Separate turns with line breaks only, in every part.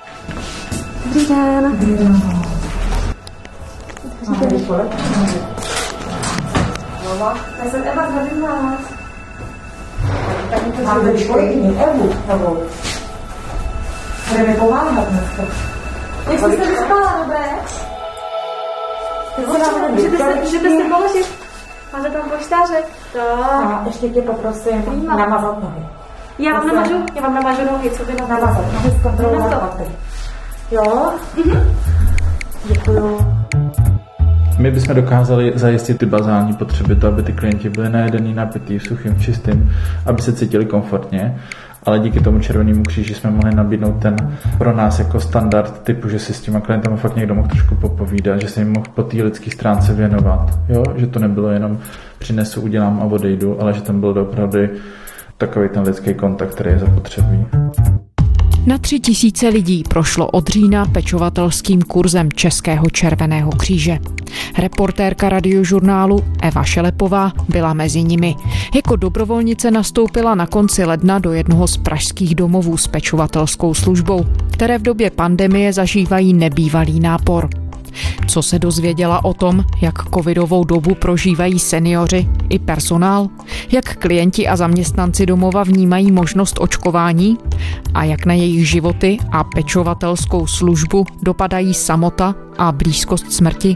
Dobrý den. Dobrý den. Já jsem Eva, zdravím vás.
Máme školení Evu, Evu. Budeme pomáhat dneska.
Jak jste se vyspala, dobré? Můžete se položit. Máte tam poštáře?
A ještě tě poprosím namazat nohy.
Já vám namažu nohy, co by
namazat nohy, zkontrolovat paty. Jo? Děkuju.
My bychom dokázali zajistit ty bazální potřeby, to, aby ty klienti byli najedený, napitý, suchým, čistým, aby se cítili komfortně, ale díky tomu Červenému kříži jsme mohli nabídnout ten pro nás jako standard typu, že si s těma klientama fakt někdo mohl trošku popovídat, že se jim mohl po té lidské stránce věnovat, jo? Že to nebylo jenom přinesu, udělám a odejdu, ale že tam byl opravdu takový ten lidský kontakt, který je zapotřebí.
Na 3000 lidí prošlo od října pečovatelským kurzem Českého červeného kříže. Reportérka Radiožurnálu Eva Šelepová byla mezi nimi. Jako dobrovolnice nastoupila na konci ledna do jednoho z pražských domovů s pečovatelskou službou, které v době pandemie zažívají nebývalý nápor. Co se dozvěděla o tom, jak covidovou dobu prožívají seniori i personál? Jak klienti a zaměstnanci domova vnímají možnost očkování? A jak na jejich životy a pečovatelskou službu dopadají samota a blízkost smrti?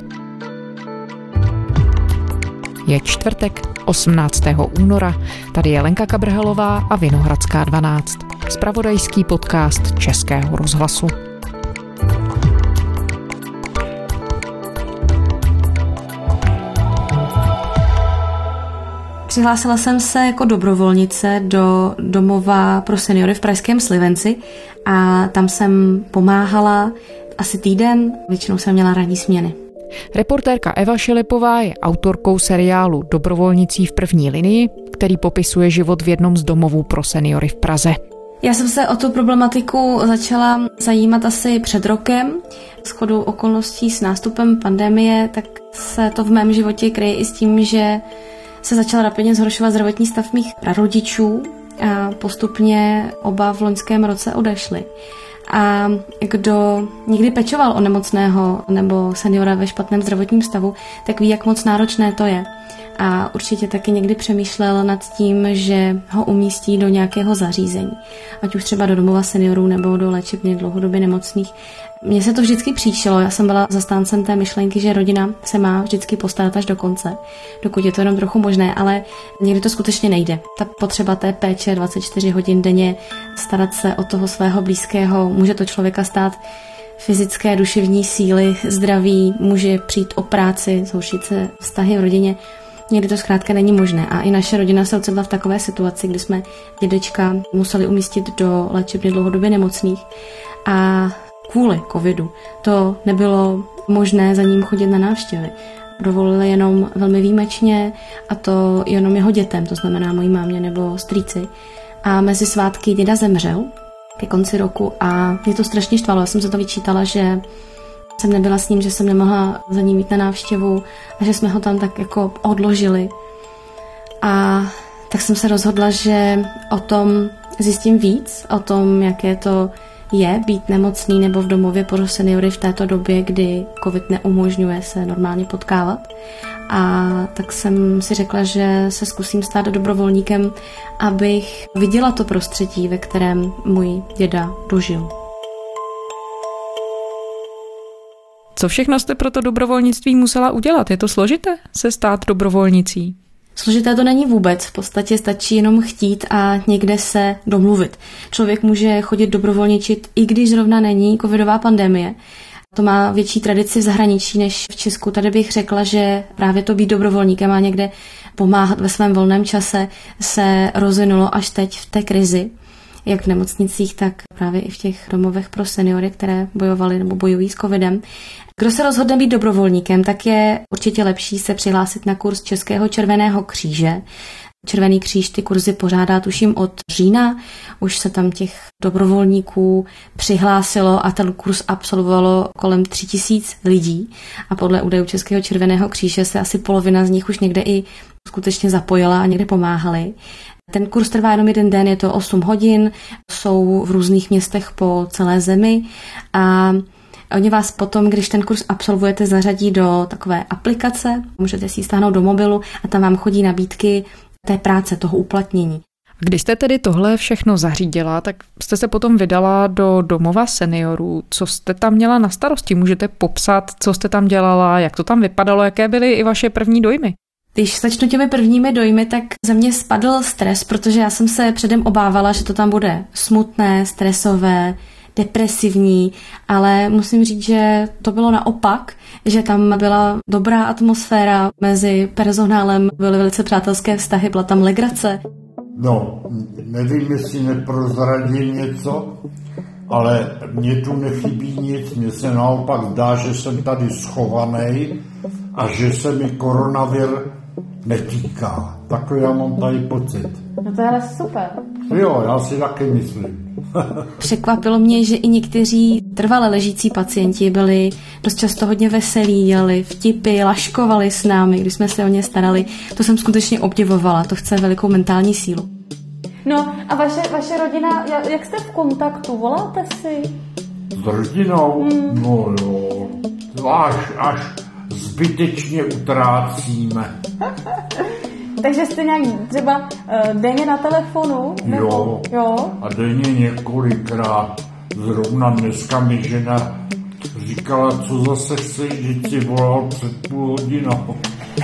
Je čtvrtek, 18. února. Tady je Lenka Kabrhelová a Vinohradská 12. Zpravodajský podcast Českého rozhlasu.
Přihlásila jsem se jako dobrovolnice do domova pro seniory v pražském Slivenci a tam jsem pomáhala asi týden, většinou jsem měla ranní směny.
Reportérka Eva Šelepová je autorkou seriálu Dobrovolnicí v první linii, který popisuje život v jednom z domovů pro seniory v Praze.
Já jsem se o tu problematiku začala zajímat asi před rokem. Shodou okolností s nástupem pandemie, tak se to v mém životě kryje i s tím, že se začal rapidně zhoršovat zdravotní stav mých prarodičů a postupně oba v loňském roce odešli. A kdo někdy pečoval o nemocného nebo seniora ve špatném zdravotním stavu, tak ví, jak moc náročné to je. A určitě taky někdy přemýšlel nad tím, že ho umístí do nějakého zařízení. Ať už třeba do domova seniorů nebo do léčebny dlouhodobě nemocných. Mně se to vždycky příčilo, já jsem byla zastáncem té myšlenky, že rodina se má vždycky postarat až do konce, dokud je to jenom trochu možné, ale někdy to skutečně nejde. Ta potřeba té péče 24 hodin denně, starat se o toho svého blízkého, může to člověka stát fyzické, duševní síly, zdraví, může přijít o práci, zhoršit se vztahy v rodině. Někdy to zkrátka není možné a i naše rodina se ocitla v takové situaci, kdy jsme dědečka museli umístit do léčebny dlouhodobě nemocných a kvůli covidu to nebylo možné za ním chodit na návštěvy. Dovolili jenom velmi výjimečně a to jenom jeho dětem, to znamená mojí mámě nebo strýci. A mezi svátky děda zemřel ke konci roku a mě to strašně štvalo. Já jsem se to vyčítala, že jsem nebyla s ním, že jsem nemohla za ním jít na návštěvu a že jsme ho tam tak jako odložili. A tak jsem se rozhodla, že o tom zjistím víc, o tom, jaké to je být nemocný nebo v domově pro seniory v této době, kdy covid neumožňuje se normálně potkávat. A tak jsem si řekla, že se zkusím stát dobrovolníkem, abych viděla to prostředí, ve kterém můj děda dožil.
Co všechno jste pro to dobrovolnictví musela udělat? Je to složité se stát dobrovolnicí?
Složité to není vůbec, v podstatě stačí jenom chtít a někde se domluvit. Člověk může chodit dobrovolničit, i když zrovna není covidová pandemie. To má větší tradici v zahraničí než v Česku. Tady bych řekla, že právě to být dobrovolníkem a někde pomáhat ve svém volném čase se rozvinulo až teď v té krizi, jak v nemocnicích, tak právě i v těch domovech pro seniory, které bojovaly nebo bojují s covidem. Kdo se rozhodne být dobrovolníkem, tak je určitě lepší se přihlásit na kurz Českého červeného kříže. Červený kříž ty kurzy pořádá tuším od října, už se tam těch dobrovolníků přihlásilo a ten kurz absolvovalo kolem 3000 lidí a podle údajů Českého červeného kříže se asi polovina z nich už někde i skutečně zapojila a někde pomáhali. Ten kurz trvá jenom 1 den, je to 8 hodin, jsou v různých městech po celé zemi a oni vás potom, když ten kurz absolvujete, zařadí do takové aplikace, můžete si ji stáhnout do mobilu a tam vám chodí nabídky té práce, toho uplatnění.
Když jste tedy tohle všechno zařídila, tak jste se potom vydala do domova seniorů. Co jste tam měla na starosti? Můžete popsat, co jste tam dělala, jak to tam vypadalo, jaké byly i vaše první dojmy?
Když začnu těmi prvními dojmy, tak ze mě spadl stres, protože já jsem se předem obávala, že to tam bude smutné, stresové, depresivní, ale musím říct, že to bylo naopak, že tam byla dobrá atmosféra mezi personálem, byly velice přátelské vztahy, byla tam legrace.
No, nevím, jestli neprozradím něco, ale mně tu nechybí nic, mně se naopak zdá, že jsem tady schovaný a že se mi koronavir netýká. Takový já mám tady pocit.
No to je ale super.
Jo, já si taky myslím.
Překvapilo mě, že i někteří trvale ležící pacienti byli dost často hodně veselí, dělali vtipy, laškovali s námi, když jsme se o ně starali. To jsem skutečně obdivovala, to chce velikou mentální sílu.
No a vaše rodina, jak jste v kontaktu? Voláte si?
S rodinou? No jo, až zbytečně utrácíme.
Takže jste nějak třeba denně na telefonu? Nebo? Jo.
A denně několikrát. Zrovna dneska mi žena říkala, co zase chceš, že si volal před půl hodinou.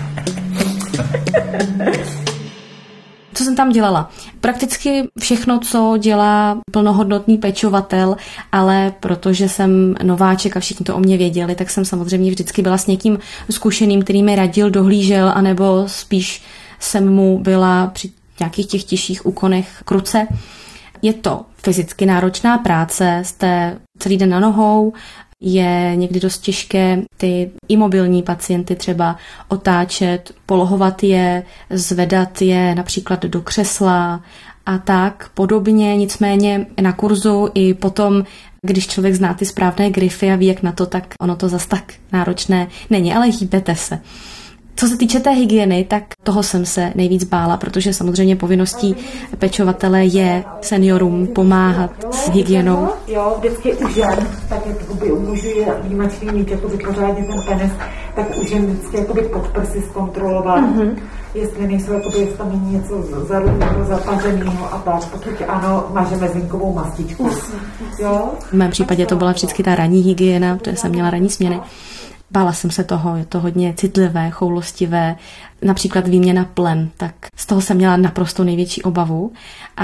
Co jsem tam dělala? Prakticky všechno, co dělá plnohodnotný pečovatel, ale protože jsem nováček a všichni to o mě věděli, tak jsem samozřejmě vždycky byla s někým zkušeným, který mi radil, dohlížel, anebo spíš jsem mu byla při nějakých těch těžších úkonech k ruce. Je to fyzicky náročná práce, jste celý den na nohou, je někdy dost těžké ty imobilní pacienty třeba otáčet, polohovat je, zvedat je například do křesla a tak podobně. Nicméně na kurzu i potom, když člověk zná ty správné grify a ví, jak na to, tak ono to zas tak náročné není, ale hýbete se. Co se týče té hygieny, tak toho jsem se nejvíc bála, protože samozřejmě povinností pečovatele je seniorům pomáhat s hygienou.
Jo, vždycky u žen, tak jak u mužů je výjimečný mít pořádně ten penis, tak u žen vždycky pod prsy zkontrolovat, jestli nejsou, jestli tam není něco zapařeného a tak. Pokud ano, mažeme zinkovou mastičku. Jo?
V mém případě to byla vždycky ta ranní hygiena, protože jsem měla ranní směny. Bála jsem se toho, je to hodně citlivé, choulostivé, například výměna plen, tak z toho jsem měla naprosto největší obavu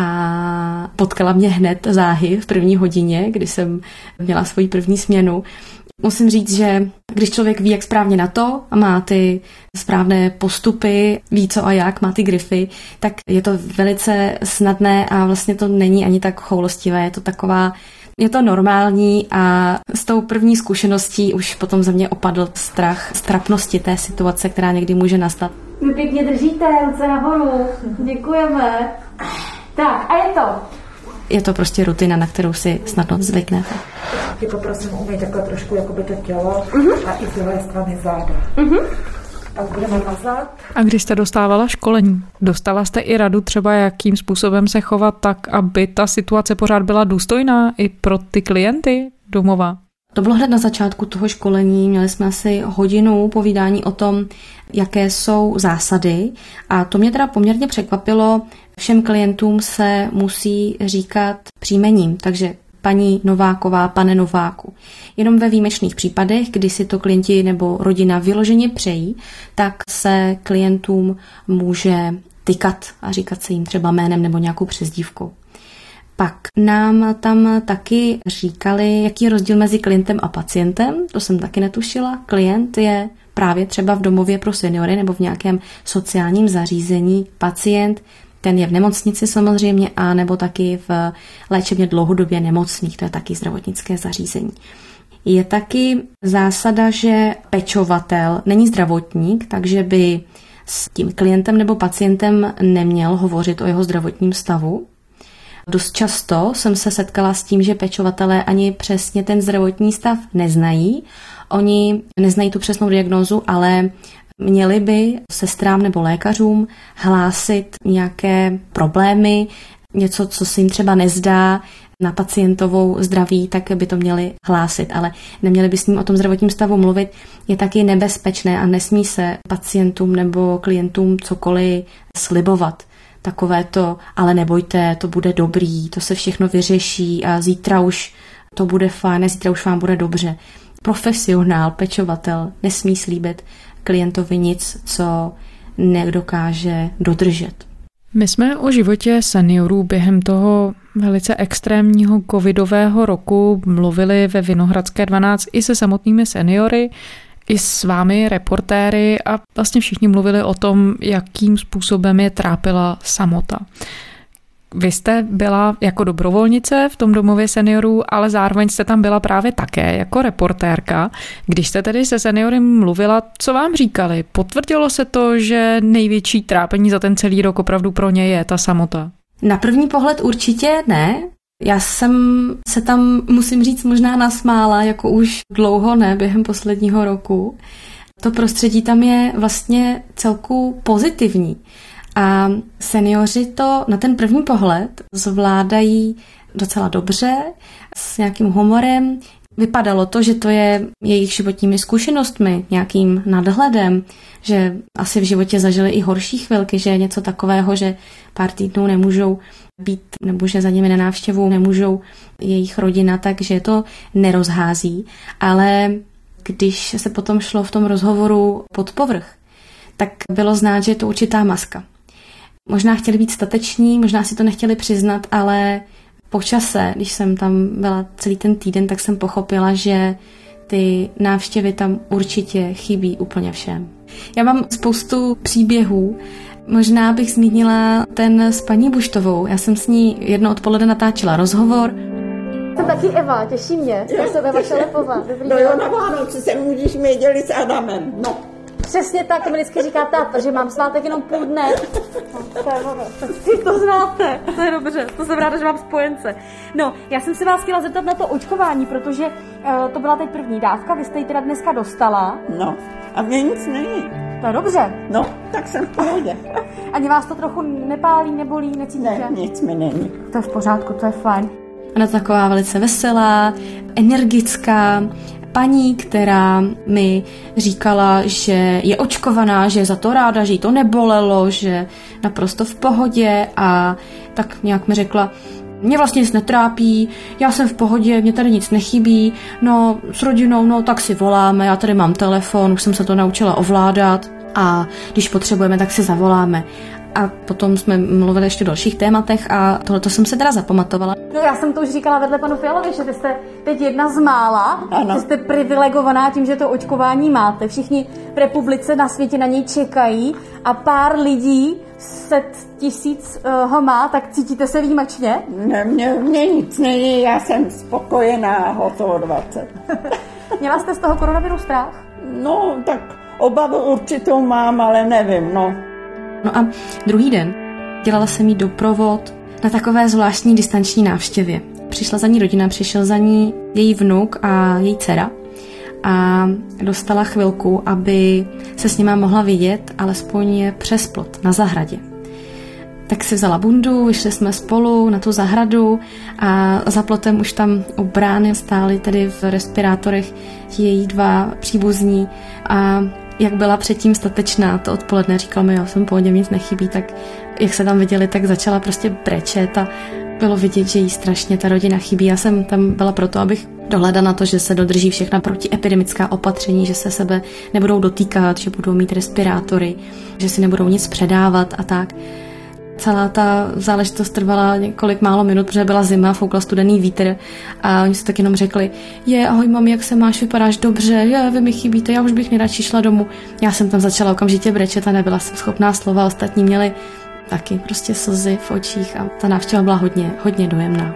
a potkala mě hned záhy v první hodině, kdy jsem měla svoji první směnu. Musím říct, že když člověk ví, jak správně na to a má ty správné postupy, ví co a jak, má ty grify, tak je to velice snadné a vlastně to není ani tak choulostivé, je to normální a s tou první zkušeností už potom ze mě opadl strach z trapnosti té situace, která někdy může nastat.
Vy pěkně držíte ruce nahoru. Děkujeme. Tak, a je to.
Je to prostě rutina, na kterou si snadno zvyknete.
Ty poprosím umýt takhle trošku jakoby to tělo a i z druhé strany záda. Pak budeme mazat.
A když jste dostávala školení, dostala jste i radu třeba, jakým způsobem se chovat tak, aby ta situace pořád byla důstojná i pro ty klienty domova?
To bylo hned na začátku toho školení, měli jsme asi hodinu povídání o tom, jaké jsou zásady a to mě teda poměrně překvapilo. Všem klientům se musí říkat příjmením, takže paní Nováková, pane Nováku. Jenom ve výjimečných případech, kdy si to klienti nebo rodina vyloženě přejí, tak se klientům může tykat a říkat se jim třeba jménem nebo nějakou přezdívkou. Pak nám tam taky říkali, jaký je rozdíl mezi klientem a pacientem, to jsem taky netušila. Klient je právě třeba v domově pro seniory nebo v nějakém sociálním zařízení. Pacient, ten je v nemocnici samozřejmě, a nebo taky v léčebně dlouhodobě nemocných, to je taky zdravotnické zařízení. Je taky zásada, že pečovatel není zdravotník, takže by s tím klientem nebo pacientem neměl hovořit o jeho zdravotním stavu. Dost často jsem se setkala s tím, že pečovatelé ani přesně ten zdravotní stav neznají. Oni neznají tu přesnou diagnózu, ale Měli by sestrám nebo lékařům hlásit nějaké problémy, něco, co se jim třeba nezdá na pacientovou zdraví, tak by to měli hlásit, ale neměli by s ním o tom zdravotním stavu mluvit. Je taky nebezpečné a nesmí se pacientům nebo klientům cokoliv slibovat. Takové to, ale nebojte, to bude dobrý, to se všechno vyřeší a zítra už to bude fajn, zítra už vám bude dobře. Profesionál, pečovatel nesmí slíbit klientovi nic, co nedokáže dodržet.
My jsme o životě seniorů během toho velice extrémního covidového roku mluvili ve Vinohradské 12 i se samotnými seniory, i s vámi reportéry a vlastně všichni mluvili o tom, jakým způsobem je trápila samota. Vy jste byla jako dobrovolnice v tom domově seniorů, ale zároveň jste tam byla právě také jako reportérka. Když jste tedy se seniory mluvila, co vám říkali? Potvrdilo se to, že největší trápení za ten celý rok opravdu pro ně je ta samota?
Na první pohled určitě ne. Já jsem se tam, musím říct, možná nasmála, jako už dlouho ne, během posledního roku. To prostředí tam je vlastně celku pozitivní. A seniori to na ten první pohled zvládají docela dobře, s nějakým humorem. Vypadalo to, že to je jejich životními zkušenostmi, nějakým nadhledem, že asi v životě zažili i horší chvilky, že je něco takového, že pár týdnů nemůžou být, nebo že za nimi na návštěvu nemůžou jejich rodina, takže to nerozhází. Ale když se potom šlo v tom rozhovoru pod povrch, tak bylo znát, že je to určitá maska. Možná chtěli být stateční, možná si to nechtěli přiznat, ale po čase, když jsem tam byla celý ten týden, tak jsem pochopila, že ty návštěvy tam určitě chybí úplně všem. Já mám spoustu příběhů. Možná bych zmínila ten s paní Buštovou. Já jsem s ní jedno odpoledne natáčela rozhovor.
Jsem taky Eva, těší mě. Já jsem Eva Šelepová. Dobrý
no jo, na Vánoce se můžeš mě dělit s Adamem. No.
Přesně tak, mi vždycky říká táta, že mám svátek jenom půl dne. No, to je ono. Vy to znáte, to je dobře, to jsem ráda, že mám spojence. No, já jsem se vás chtěla zeptat na to očkování, protože to byla teď první dávka, vy jste ji teda dneska dostala.
No, a mě nic není.
To je dobře.
No, tak jsem v pohodě.
Ani vás to trochu nepálí, nebolí, necítíte?
Ne, nic mi není.
To je v pořádku, to je fajn.
Ona je taková velice veselá, energická, paní, která mi říkala, že je očkovaná, že je za to ráda, že jí to nebolelo, že naprosto v pohodě a tak nějak mi řekla, mě vlastně nic netrápí, já jsem v pohodě, mě tady nic nechybí, no s rodinou, no tak si voláme, já tady mám telefon, už jsem se to naučila ovládat a když potřebujeme, tak si zavoláme. A potom jsme mluvili ještě o dalších tématech a tohleto jsem se teda zapamatovala.
No já jsem to už říkala vedle panu Fialovi, že vy jste teď jedna z mála,
ano.
Že jste privilegovaná tím, že to očkování máte. Všichni v republice na světě na něj čekají a pár lidí, 100 000 ho má, tak cítíte se výjimečně?
Ne, mě nic není, já jsem spokojená, hotovo 20.
Měla jste z toho koronaviru strach?
No, tak obavu určitou mám, ale nevím, no.
No a druhý den dělala jsem jí doprovod na takové zvláštní distanční návštěvě. Přišla za ní rodina, přišel za ní její vnuk a její dcera a dostala chvilku, aby se s nima mohla vidět, alespoň přes plot na zahradě. Tak si vzala bundu, vyšli jsme spolu na tu zahradu a za plotem už tam u brány stáli tedy v respirátorech její dva příbuzní a jak byla předtím statečná, to odpoledne říkala mi, já jsem pohodě, nic nechybí, tak jak se tam viděli, tak začala prostě brečet a bylo vidět, že jí strašně ta rodina chybí. Já jsem tam byla proto, abych dohlédla na to, že se dodrží všechna protiepidemická opatření, že se sebe nebudou dotýkat, že budou mít respirátory, že si nebudou nic předávat a tak. Celá ta záležitost trvala několik málo minut, protože byla zima, foukla studený vítr a oni se tak jenom řekli, ahoj mami, jak se máš, vypadáš dobře, vy mi chybíte, já už bych nejradši šla domů. Já jsem tam začala okamžitě brečet a nebyla jsem schopná slova, ostatní měli taky prostě slzy v očích a ta návštěva byla hodně dojemná.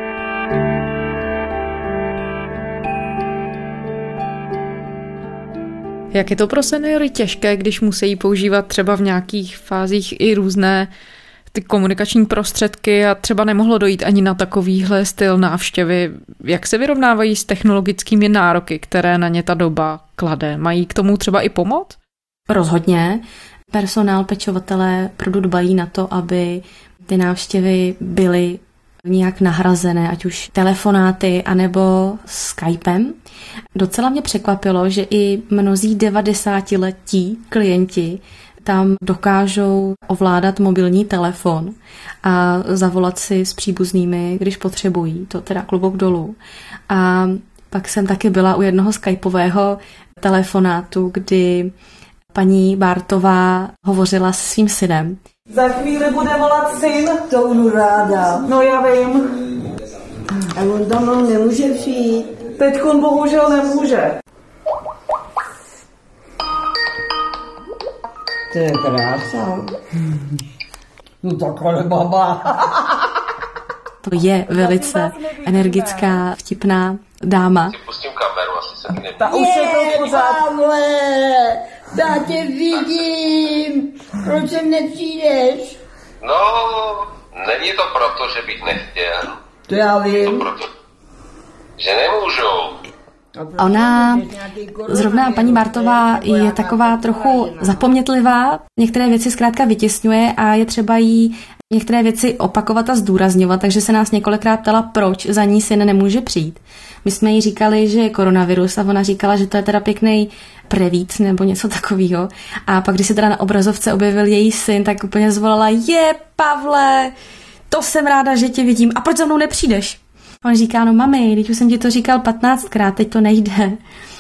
Jak je to pro seniory těžké, když musí používat třeba v nějakých fázích i různé ty komunikační prostředky a třeba nemohlo dojít ani na takovýhle styl návštěvy? Jak se vyrovnávají s technologickými nároky, které na ně ta doba klade? Mají k tomu třeba i pomoc?
Rozhodně. Personál, pečovatelé opravdu dbají na to, aby ty návštěvy byly nějak nahrazené, ať už telefonáty, anebo Skypem. Docela mě překvapilo, že i mnozí 90letí klienti tam dokážou ovládat mobilní telefon a zavolat si s příbuznými, když potřebují. To teda klobouk dolů. A pak jsem taky byla u jednoho skypového telefonátu, kdy paní Bartová hovořila se svým synem.
Za chvíli bude volat syn.
To budu ráda.
No já vím.
A on tam nemůže přijít.
Teďkon bohužel nemůže.
To je krása. No takhle baba.
To je velice energická, vtipná dáma.
Pustím kameru, asi se mi
Ta už je to pořád.
Pavle, já tě vidím. Proč sem nepřijdeš?
No, není to proto, že bych nechtěl.
To já vím.
Proto, že nemůžou.
Ona, zrovna paní Bartová, je taková trochu zapomnětlivá, některé věci zkrátka vytěsňuje a je třeba jí některé věci opakovat a zdůrazňovat, takže se nás několikrát ptala, proč za ní syn nemůže přijít. My jsme jí říkali, že je koronavirus a ona říkala, že to je teda pěkný prevíc nebo něco takového. A pak, když se teda na obrazovce objevil její syn, tak úplně zvolala, Pavle, to jsem ráda, že tě vidím. A proč za mnou nepřijdeš? A on říká, no mami, když už jsem ti to říkal 15krát, teď to nejde.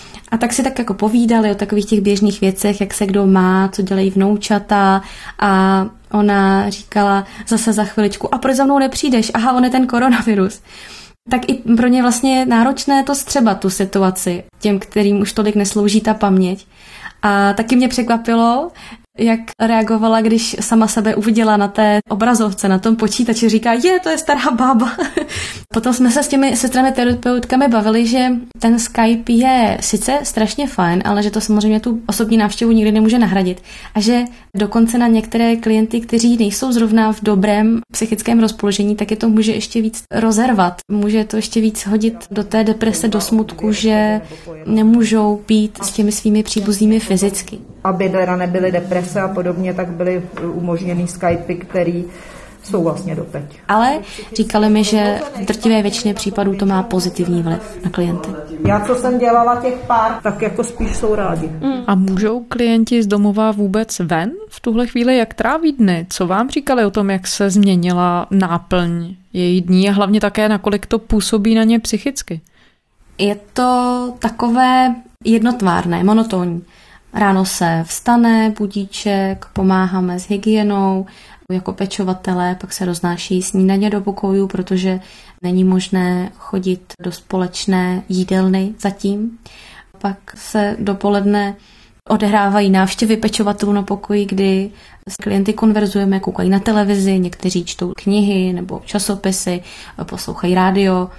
A tak si tak jako povídali o takových těch běžných věcech, jak se kdo má, co dělají vnoučata a ona říkala zase za chviličku, a proč za mnou nepřijdeš? Aha, on je ten koronavirus. Tak i pro ně vlastně je náročné to střebat tu situaci, těm, kterým už tolik neslouží ta paměť. A taky mě překvapilo, jak reagovala, když sama sebe uviděla na té obrazovce, na tom počítači, říká, to je stará bába. Potom jsme se s těmi sestrami terapeutkami bavili, že ten Skype je sice strašně fajn, ale že to samozřejmě tu osobní návštěvu nikdy nemůže nahradit. A že dokonce na některé klienty, kteří nejsou zrovna v dobrém psychickém rozpoložení, tak je to může ještě víc rozervat. Může to ještě víc hodit do té deprese, do smutku, že nemůžou být s těmi svými příbuznými fyzicky.
Aby teda nebyly deprese a podobně, tak byly umožněny Skypy, které jsou vlastně doteď.
Ale říkali mi, že v drtivé většině případů to má pozitivní vliv na klienty.
Já, co jsem dělala těch pár, tak jako spíš jsou rádi.
A můžou klienti z domova vůbec ven v tuhle chvíli, jak tráví dny? Co vám říkali o tom, jak se změnila náplň její dní a hlavně také, nakolik to působí na ně psychicky?
Je to takové jednotvárné, monotónní. Ráno se vstane, budíček, pomáháme s hygienou, jako pečovatelé, pak se roznáší snídaně do pokojů, protože není možné chodit do společné jídelny zatím. Pak se dopoledne odehrávají návštěvy pečovatelů na pokoji, kdy s klienty konverzujeme, koukají na televizi, někteří čtou knihy nebo časopisy, poslouchají rádio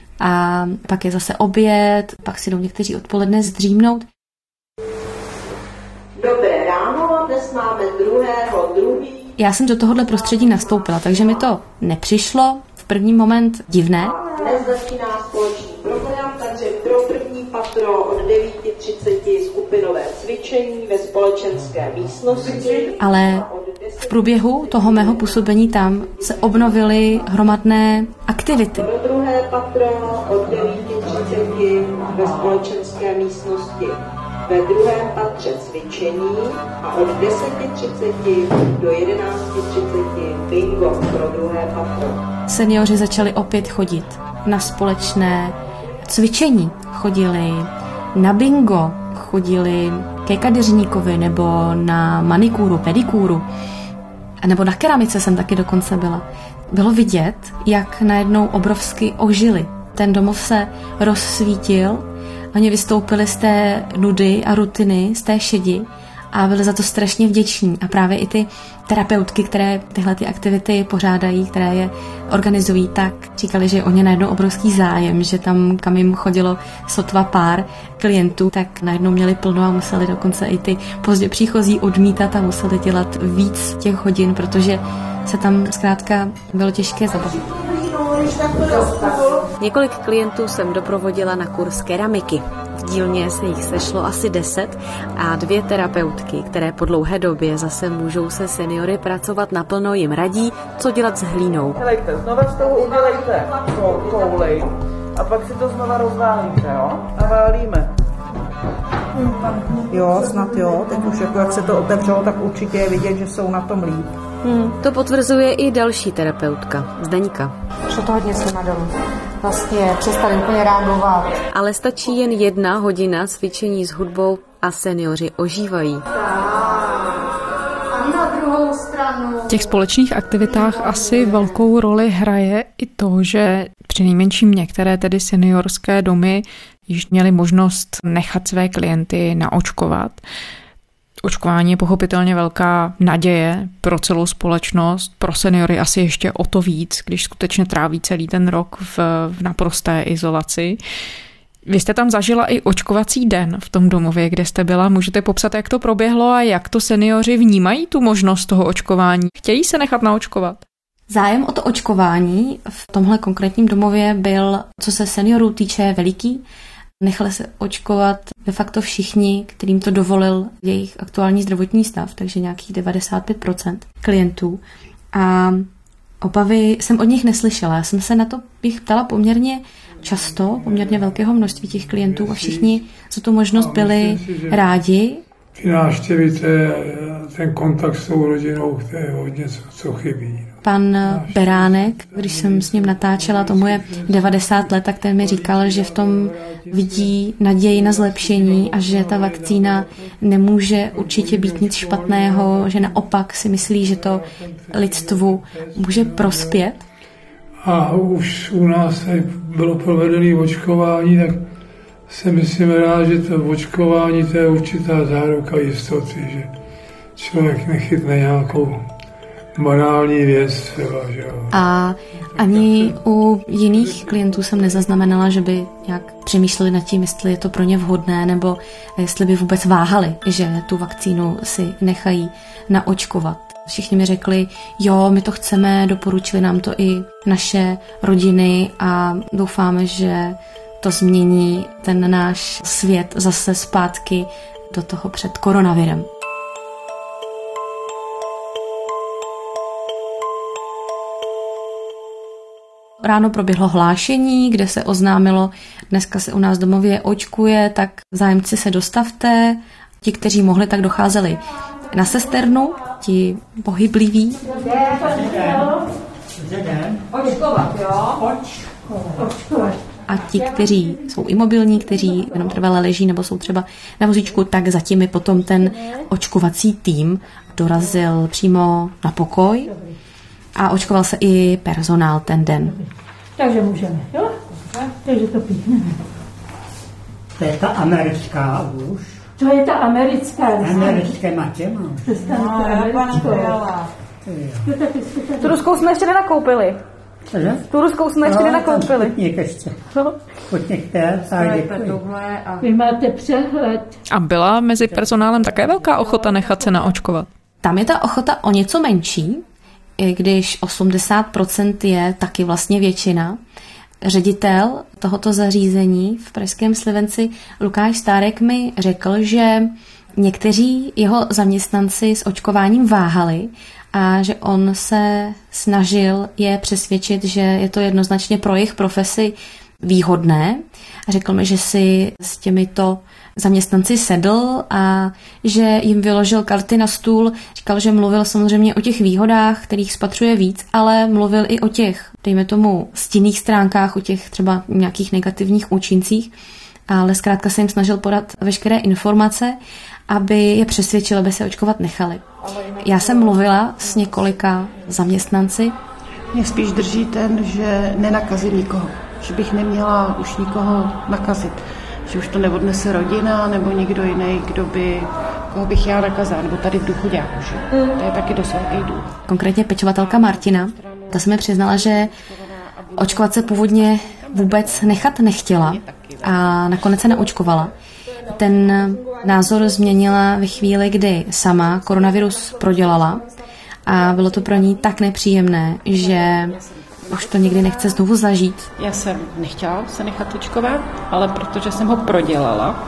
a pak je zase oběd, pak si jdou někteří odpoledne zdřímnout.
Dobré ráno, dnes máme 2.2.
Já jsem do tohohle prostředí nastoupila, takže mi to nepřišlo v první moment divné.
Dnes začíná společný program, takže pro první patro od 9:30 skupinové cvičení ve společenské místnosti.
Ale v průběhu toho mého působení tam se obnovily hromadné aktivity.
Pro druhé patro od 9:30 ve společenské místnosti ve druhém patře cvičení a od 10:30 do 11:30 bingo pro druhé patro.
Seniori začali opět chodit na společné cvičení. Chodili na bingo, chodili ke kadeřníkovi nebo na manikúru, pedikúru. A nebo na keramice jsem taky dokonce byla. Bylo vidět, jak najednou obrovsky ožili. Ten domov se rozsvítil, oni vystoupili z té nudy a rutiny, z té šedi a byli za to strašně vděční. A právě i ty terapeutky, které tyhle ty aktivity pořádají, které je organizují, tak říkali, že je o ně najednou obrovský zájem, že tam, kam jim chodilo sotva pár klientů, tak najednou měli plno a museli dokonce i ty pozdě příchozí odmítat a museli dělat víc těch hodin, protože se tam zkrátka bylo těžké zabavit. Několik klientů jsem doprovodila na kurz keramiky. V dílně se jich sešlo asi 10 a 2 terapeutky, které po dlouhé době zase můžou se seniory pracovat naplno, jim radí, co dělat s hlínou.
Helejte, znova z toho udělejte kouli a pak si to znova rozválíte, jo? A válíme.
Jo, snad jo. Teď už jako jak se to otevřelo, tak určitě je vidět, že jsou na tom líp.
To potvrzuje i další terapeutka, Zdeňka.
Šlo to hodně s nima dolů. Vlastně přestali úplně reagovat.
Ale stačí jen 1 hodina cvičení s hudbou a seniori ožívají.
V těch společných aktivitách asi velkou roli hraje i to, že přinejmenším některé tedy seniorské domy již měly možnost nechat své klienty naočkovat. Očkování je pochopitelně velká naděje pro celou společnost, pro seniory asi ještě o to víc, když skutečně tráví celý ten rok v naprosté izolaci. Vy jste tam zažila i očkovací den v tom domově, kde jste byla. Můžete popsat, jak to proběhlo a jak to seniori vnímají tu možnost toho očkování? Chtějí se nechat naočkovat?
Zájem o to očkování v tomhle konkrétním domově byl, co se seniorů týče, veliký. Nechali se očkovat de facto všichni, kterým to dovolil jejich aktuální zdravotní stav, takže nějakých 95% klientů. A obavy jsem od nich neslyšela. Já jsem se na to bych ptala poměrně často, poměrně velkého množství těch klientů a všichni za tu možnost byli rádi.
Ty návštěvy, ten kontakt s tou rodinou, to je hodně, co chybí.
Pan Beránek, když jsem s ním natáčela, tomu je 90 let, tak ten mi říkal, že v tom vidí naději na zlepšení a že ta vakcína nemůže určitě být nic špatného, že naopak si myslí, že to lidstvu může prospět.
A už u nás bylo provedené očkování, tak se myslím rád, že to očkování to je určitá záruka jistoty, že člověk nechytne nějakou banální věc třeba, že jo.
A ani u jiných klientů jsem nezaznamenala, že by nějak přemýšleli nad tím, jestli je to pro ně vhodné, nebo jestli by vůbec váhali, že tu vakcínu si nechají naočkovat. Všichni mi řekli, jo, my to chceme, doporučili nám to i naše rodiny a doufáme, že to změní ten náš svět zase zpátky do toho před koronavirem. Ráno proběhlo hlášení, kde se oznámilo, dneska se u nás domově očkuje, tak zájemci se dostavte. Ti, kteří mohli, tak docházeli na sesternu, ti pohybliví.
Očkovat, jo? Očkovat.
A ti, kteří jsou imobilní, kteří jenom trvale leží nebo jsou třeba na vozíčku, tak zatím je potom ten očkovací tým dorazil přímo na pokoj a očkoval se i personál ten den.
Takže můžeme, jo? Takže to píchneme.
To je ta americká už.
To je ta americká.
Americké matě mám.
Tu ruskou jsme ještě nenakoupili.
Cože?
Tu ruskou jsme ještě nenakoupili.
Putník ještě. Putníkte, tak děkuji.
Vy máte přehled.
A byla mezi personálem také velká ochota nechat se naočkovat?
Tam je ta ochota o něco menší, i když 80% je taky vlastně většina. Ředitel tohoto zařízení v pražském Slivenci Lukáš Stárek mi řekl, že někteří jeho zaměstnanci s očkováním váhali a že on se snažil je přesvědčit, že je to jednoznačně pro jejich profesi výhodné. A řekl mi, že si s těmito zaměstnanci sedl a že jim vyložil karty na stůl. Říkal, že mluvil samozřejmě o těch výhodách, kterých spatřuje víc, ale mluvil i o těch, dejme tomu, stinných stránkách, o těch třeba nějakých negativních účincích, ale zkrátka se jim snažil podat veškeré informace, aby je přesvědčil, aby se očkovat nechali. Já jsem mluvila s několika zaměstnanci.
Mě spíš drží ten, že nenakazím nikoho, že bych neměla už nikoho nakazit, že už to neodnese rodina nebo někdo jiný, koho bych já nakazila, nebo tady v duchu dělám. To je taky dost velký důvod.
Konkrétně pečovatelka Martina, ta se mi přiznala, že očkovat se původně vůbec nechat nechtěla a nakonec se neočkovala. Ten názor změnila ve chvíli, kdy sama koronavirus prodělala a bylo to pro ní tak nepříjemné, že už to nikdy nechce znovu zažít.
Já jsem nechtěla se nechat očkovat, ale protože jsem ho prodělala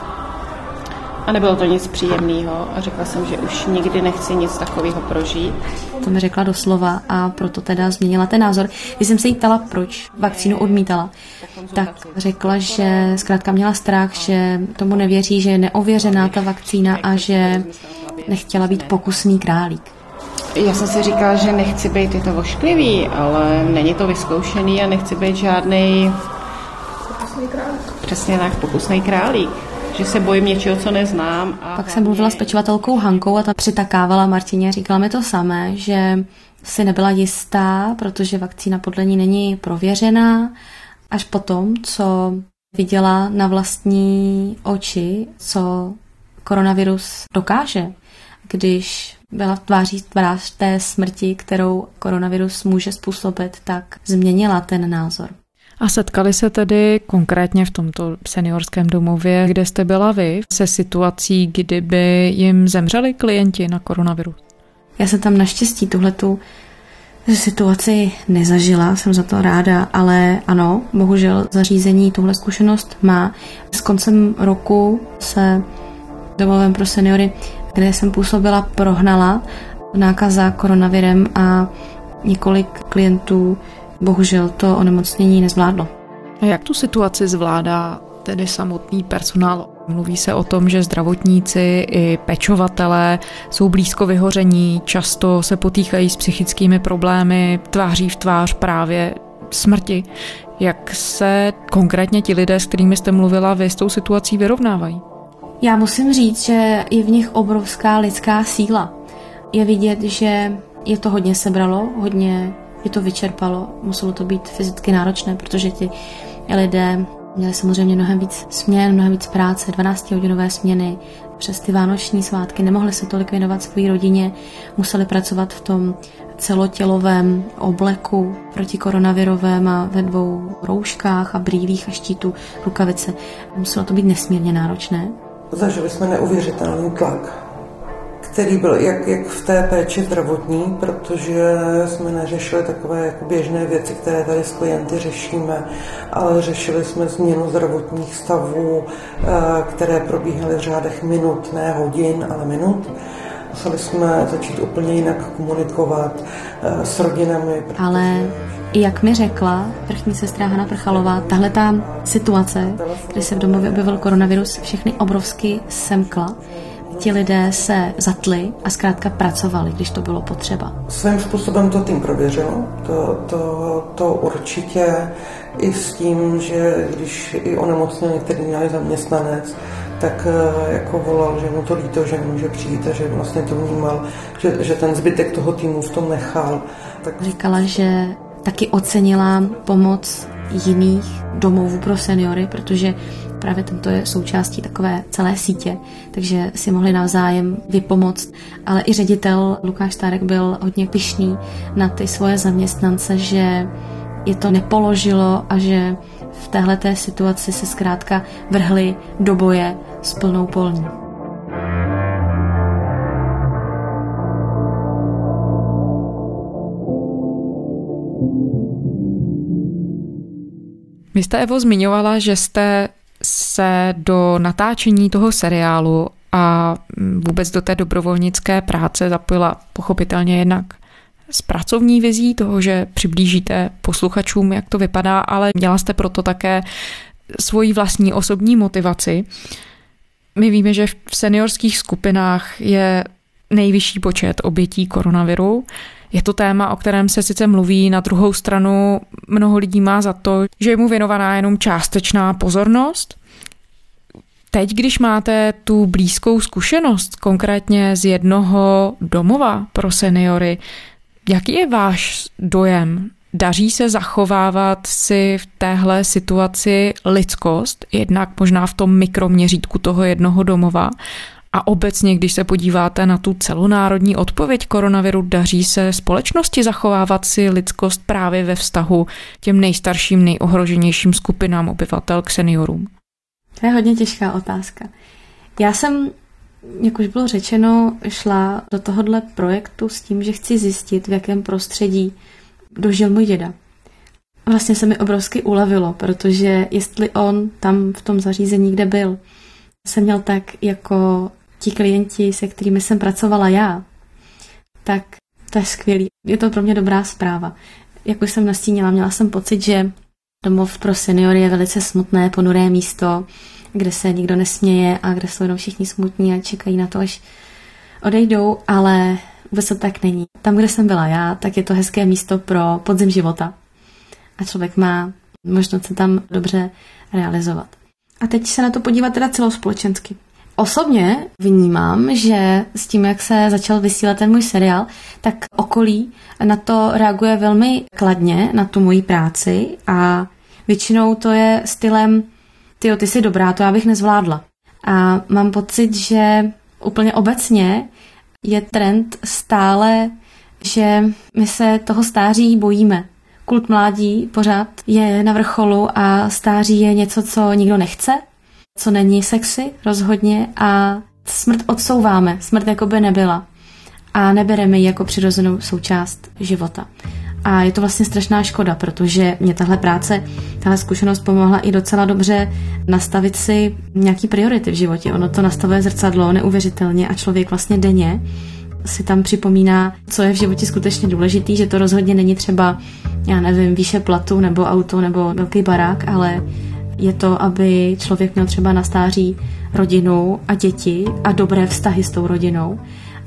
a nebylo to nic příjemného a řekla jsem, že už nikdy nechci nic takového prožít.
To mi řekla doslova a proto teda změnila ten názor. Když jsem se jí ptala, proč vakcínu odmítala, tak řekla, že zkrátka měla strach, že tomu nevěří, že je neověřená ta vakcína a že nechtěla být pokusný králík.
Já jsem si říkala, že nechci být, je to ošklivý, ale není to vyzkoušený a nechci být žádnej pokusný králík. Přesně tak, pokusný králík. Že se bojím něčeho, co neznám. A
pak jsem mluvila s pečovatelkou Hankou a ta přitakávala Martině a říkala mi to samé, že si nebyla jistá, protože vakcína podle ní není prověřená. Až potom, co viděla na vlastní oči, co koronavirus dokáže, když byla tváří tvář té smrti, kterou koronavirus může způsobit, tak změnila ten názor.
A setkali se tedy konkrétně v tomto seniorském domově, kde jste byla vy, se situací, kdyby jim zemřeli klienti na koronavirus?
Já jsem tam naštěstí tuhletu situaci nezažila, jsem za to ráda, ale ano, bohužel zařízení tuhle zkušenost má. S koncem roku se domovem pro seniory, kde jsem působila, prohnala nákaza koronavirem a několik klientů bohužel to onemocnění nezvládlo.
A jak tu situaci zvládá tedy samotný personál? Mluví se o tom, že zdravotníci i pečovatelé jsou blízko vyhoření, často se potýkají s psychickými problémy, tváří v tvář právě smrti. Jak se konkrétně ti lidé, s kterými jste mluvila, vy s tou situací vyrovnávají?
Já musím říct, že je v nich obrovská lidská síla. Je vidět, že je to hodně sebralo, hodně je to vyčerpalo, muselo to být fyzicky náročné, protože ti lidé měli samozřejmě mnohem víc směn, mnohem víc práce, 12hodinové směny, přes ty vánoční svátky, nemohli se tolik věnovat své rodině, museli pracovat v tom celotělovém obleku proti koronavirovém a ve 2 rouškách a brýlích a štítu, rukavice. Muselo to být nesmírně náročné.
Zažili jsme neuvěřitelný tlak, který byl jak v té péči zdravotní, protože jsme neřešili takové jako běžné věci, které tady s klienty řešíme, ale řešili jsme změnu zdravotních stavů, které probíhaly v řádech minut, ne hodin, ale minut. Museli jsme začít úplně jinak komunikovat s rodinami.
Ale jak mi řekla vrchní sestra Hana Prchalová, tahle ta situace, kdy se v domově objevil koronavirus, všechny obrovsky semkla. Ti lidé se zatli a zkrátka pracovali, když to bylo potřeba.
Svým způsobem to tým prověřil, to určitě i s tím, že když i onemocněl některý měli zaměstnanec, tak jako volal, že mu to líto, že nemůže přijít a že vlastně to vnímal, že ten zbytek toho týmu v tom nechal. Tak...
Říkala, že taky ocenila pomoc jiných domovů pro seniory, protože právě tento je součástí takové celé sítě, takže si mohli navzájem vypomoct. Ale i ředitel Lukáš Stárek byl hodně pyšný na ty svoje zaměstnance, že je to nepoložilo a že v téhleté situaci se zkrátka vrhli do boje s plnou polní.
Vy jste, Evo, zmiňovala, že jste se do natáčení toho seriálu a vůbec do té dobrovolnické práce zapojila pochopitelně jednak s pracovní vizí toho, že přiblížíte posluchačům, jak to vypadá, ale měla jste proto také svoji vlastní osobní motivaci. My víme, že v seniorských skupinách je nejvyšší počet obětí koronaviru. Je to téma, o kterém se sice mluví, na druhou stranu mnoho lidí má za to, že je mu věnovaná jenom částečná pozornost. Teď, když máte tu blízkou zkušenost, konkrétně z jednoho domova pro seniory, jaký je váš dojem? Daří se zachovávat si v téhle situaci lidskost, jednak možná v tom mikroměřítku toho jednoho domova, a obecně, když se podíváte na tu celonárodní odpověď koronaviru, daří se společnosti zachovávat si lidskost právě ve vztahu těm nejstarším, nejohroženějším skupinám obyvatel k seniorům?
To je hodně těžká otázka. Já jsem, jak už bylo řečeno, šla do tohohle projektu s tím, že chci zjistit, v jakém prostředí dožil můj děda. vlastně se mi obrovsky ulevilo, protože jestli on tam v tom zařízení, kde byl, se měl tak jako ti klienti, se kterými jsem pracovala já, tak to je skvělý. Je to pro mě dobrá zpráva. Jak už jsem nastínila, měla jsem pocit, že domov pro seniory je velice smutné, ponuré místo, kde se nikdo nesměje a kde jsou jenom všichni smutní a čekají na to, až odejdou, ale vůbec to tak není. Tam, kde jsem byla já, tak je to hezké místo pro podzim života. A člověk má možnost se tam dobře realizovat. A teď se na to podívat teda celospolečensky. Osobně vnímám, že s tím, jak se začal vysílat ten můj seriál, tak okolí na to reaguje velmi kladně, na tu moji práci a většinou to je stylem tyjo, ty jsi dobrá, to já bych nezvládla. A mám pocit, že úplně obecně je trend stále, že my se toho stáří bojíme. Kult mládí pořád je na vrcholu a stáří je něco, co nikdo nechce, co není sexy rozhodně a smrt odsouváme. Smrt jako by nebyla a nebereme ji jako přirozenou součást života. A je to vlastně strašná škoda, protože mě tahle práce, tahle zkušenost pomohla i docela dobře nastavit si nějaký priority v životě. Ono to nastavuje zrcadlo neuvěřitelně a člověk vlastně denně si tam připomíná, co je v životě skutečně důležitý, že to rozhodně není třeba, já nevím, výše platu nebo auto nebo velký barák, ale je to, aby člověk měl třeba na stáří rodinu a děti a dobré vztahy s tou rodinou,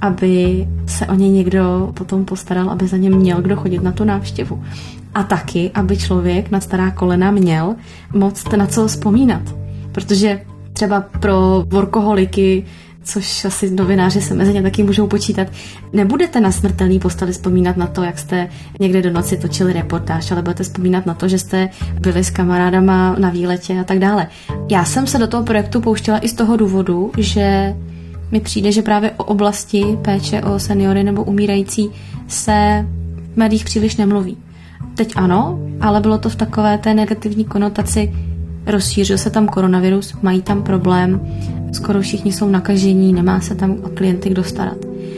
aby se o ně někdo potom postaral, aby za ně měl kdo chodit na tu návštěvu. A taky, aby člověk na stará kolena měl moc na co vzpomínat. Protože třeba pro workoholiky, což asi novináři se mezi ně taky můžou počítat, nebudete na smrtelný posteli vzpomínat na to, jak jste někde do noci točili reportáž, ale budete vzpomínat na to, že jste byli s kamarádama na výletě a tak dále. Já jsem se do toho projektu pouštěla i z toho důvodu, že mi přijde, že právě o oblasti péče o seniory nebo umírající se v médiích příliš nemluví. Teď ano, ale bylo to v takové té negativní konotaci, rozšířil se tam koronavirus, mají tam problém, skoro všichni jsou nakažení, nemá se tam o klienty kdo starat.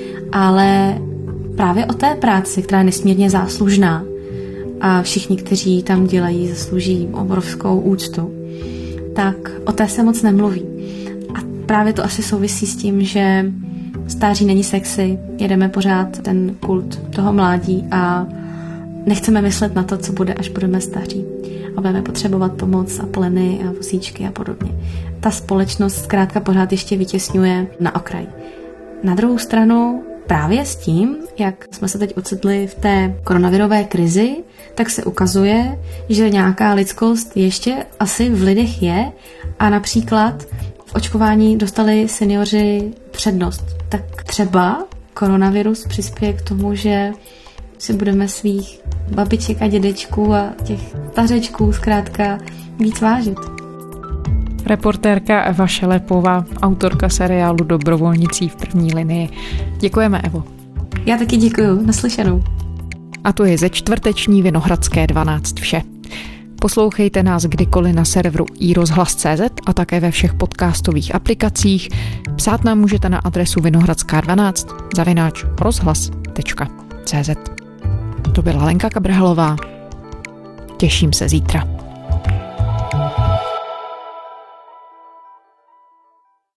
Ale právě o té práci, která je nesmírně záslužná a všichni, kteří tam dělají, zaslouží obrovskou úctu, tak o té se moc nemluví. A právě to asi souvisí s tím, že stáří není sexy, jedeme pořád ten kult toho mládí a nechceme myslet na to, co bude, až budeme staří. A budeme potřebovat pomoc a pleny a vozíčky a podobně. Ta společnost zkrátka pořád ještě vytěsňuje na okraj. Na druhou stranu právě s tím, jak jsme se teď ocitli v té koronavirové krizi, tak se ukazuje, že nějaká lidskost ještě asi v lidech je a například v očkování dostali seniori přednost. Tak třeba koronavirus přispěje k tomu, že si budeme svých babiček a dědečků a těch stařečků zkrátka víc vážit.
Reportérka Eva Šelepová, autorka seriálu Dobrovolnicí v první linii. Děkujeme, Evo.
Já taky děkuju. Naslyšenou.
A to je ze čtvrteční Vinohradské 12 vše. Poslouchejte nás kdykoliv na serveru iRozhlas.cz a také ve všech podcastových aplikacích. Psát nám můžete na adresu vinohradská12@rozhlas.cz. To byla Lenka Kabrhalová. Těším se zítra.